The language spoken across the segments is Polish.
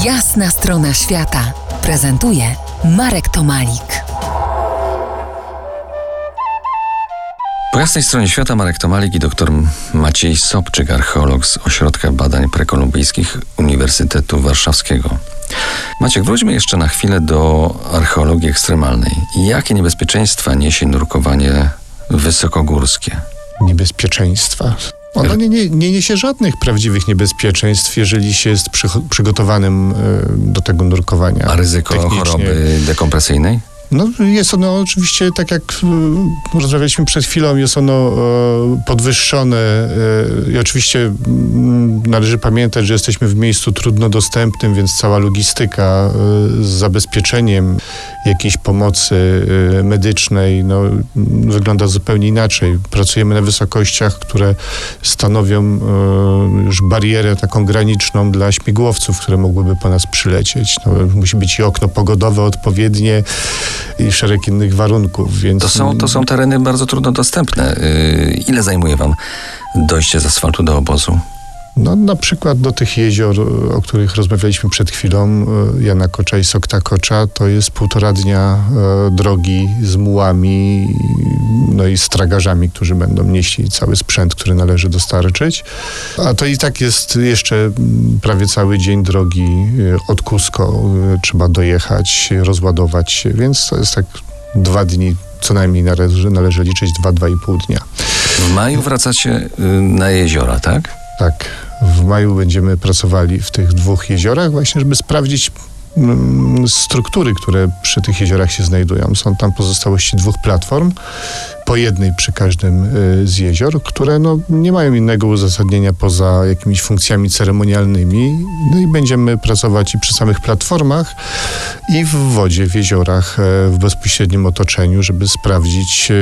Jasna strona świata prezentuje Marek Tomalik. Po jasnej stronie świata Marek Tomalik i dr Maciej Sobczyk, archeolog z Ośrodka Badań Prekolumbijskich Uniwersytetu Warszawskiego. Maciek, wróćmy jeszcze na chwilę do archeologii ekstremalnej. Jakie niebezpieczeństwa niesie nurkowanie wysokogórskie? Niebezpieczeństwa? Ono nie niesie żadnych prawdziwych niebezpieczeństw, jeżeli się jest przygotowanym do tego nurkowania. A ryzyko choroby dekompresyjnej? No jest ono oczywiście, tak jak rozmawialiśmy przed chwilą, jest ono podwyższone i oczywiście należy pamiętać, że jesteśmy w miejscu trudno dostępnym, więc cała logistyka z zabezpieczeniem jakiejś pomocy medycznej wygląda zupełnie inaczej. Pracujemy na wysokościach, które stanowią już barierę taką graniczną dla śmigłowców, które mogłyby po nas przylecieć. Musi być i okno pogodowe odpowiednie, i szereg innych warunków, więc... To są tereny bardzo trudno dostępne. Ile zajmuje wam dojście z asfaltu do obozu? Na przykład do tych jezior, o których rozmawialiśmy przed chwilą, Jana Kocza i Sokta Kocza, to jest 1,5 dnia drogi z mułami, i z tragarzami, którzy będą nieśli cały sprzęt, który należy dostarczyć. A to i tak jest jeszcze prawie cały dzień drogi od Cusco. Trzeba dojechać, rozładować się, więc to jest tak 2 dni, co najmniej należy liczyć 2,5 dnia. W maju wracacie na jeziora, tak? Tak. W maju będziemy pracowali w tych 2 jeziorach właśnie, żeby sprawdzić struktury, które przy tych jeziorach się znajdują. Są tam pozostałości 2 platform, po jednej przy każdym z jezior, które nie mają innego uzasadnienia poza jakimiś funkcjami ceremonialnymi. I będziemy pracować i przy samych platformach, i w wodzie, w jeziorach, w bezpośrednim otoczeniu, żeby sprawdzić,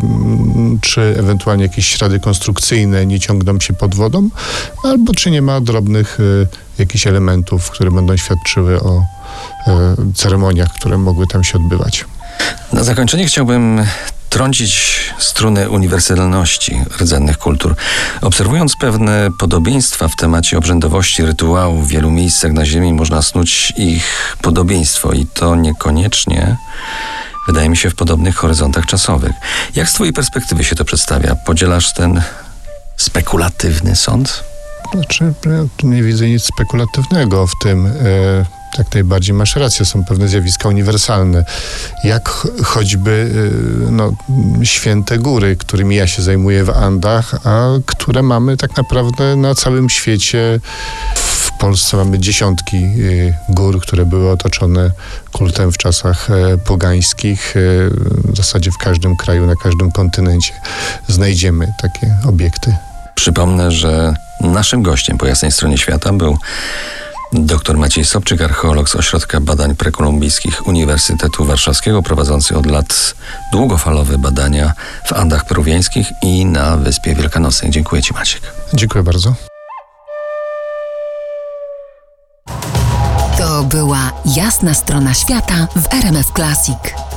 czy ewentualnie jakieś ślady konstrukcyjne nie ciągną się pod wodą, albo czy nie ma drobnych jakichś elementów, które będą świadczyły o ceremoniach, które mogły tam się odbywać. Na zakończenie chciałbym trącić struny uniwersalności rdzennych kultur. Obserwując pewne podobieństwa w temacie obrzędowości rytuałów w wielu miejscach na Ziemi, można snuć ich podobieństwo i to niekoniecznie, wydaje mi się, w podobnych horyzontach czasowych. Jak z twojej perspektywy się to przedstawia? Podzielasz ten spekulatywny sąd? Ja tu nie widzę nic spekulatywnego w tym. Jak najbardziej masz rację, są pewne zjawiska uniwersalne, jak choćby święte góry, którymi ja się zajmuję w Andach, a które mamy tak naprawdę na całym świecie. W Polsce mamy dziesiątki gór, które były otoczone kultem w czasach pogańskich. W zasadzie w każdym kraju, na każdym kontynencie znajdziemy takie obiekty. Przypomnę, że naszym gościem po jasnej stronie świata był dr Maciej Sobczyk, archeolog z Ośrodka Badań Prekolumbijskich Uniwersytetu Warszawskiego, prowadzący od lat długofalowe badania w Andach peruwiańskich i na Wyspie Wielkanocnej. Dziękuję ci, Maciek. Dziękuję bardzo. To była Jasna strona świata w RMF Classic.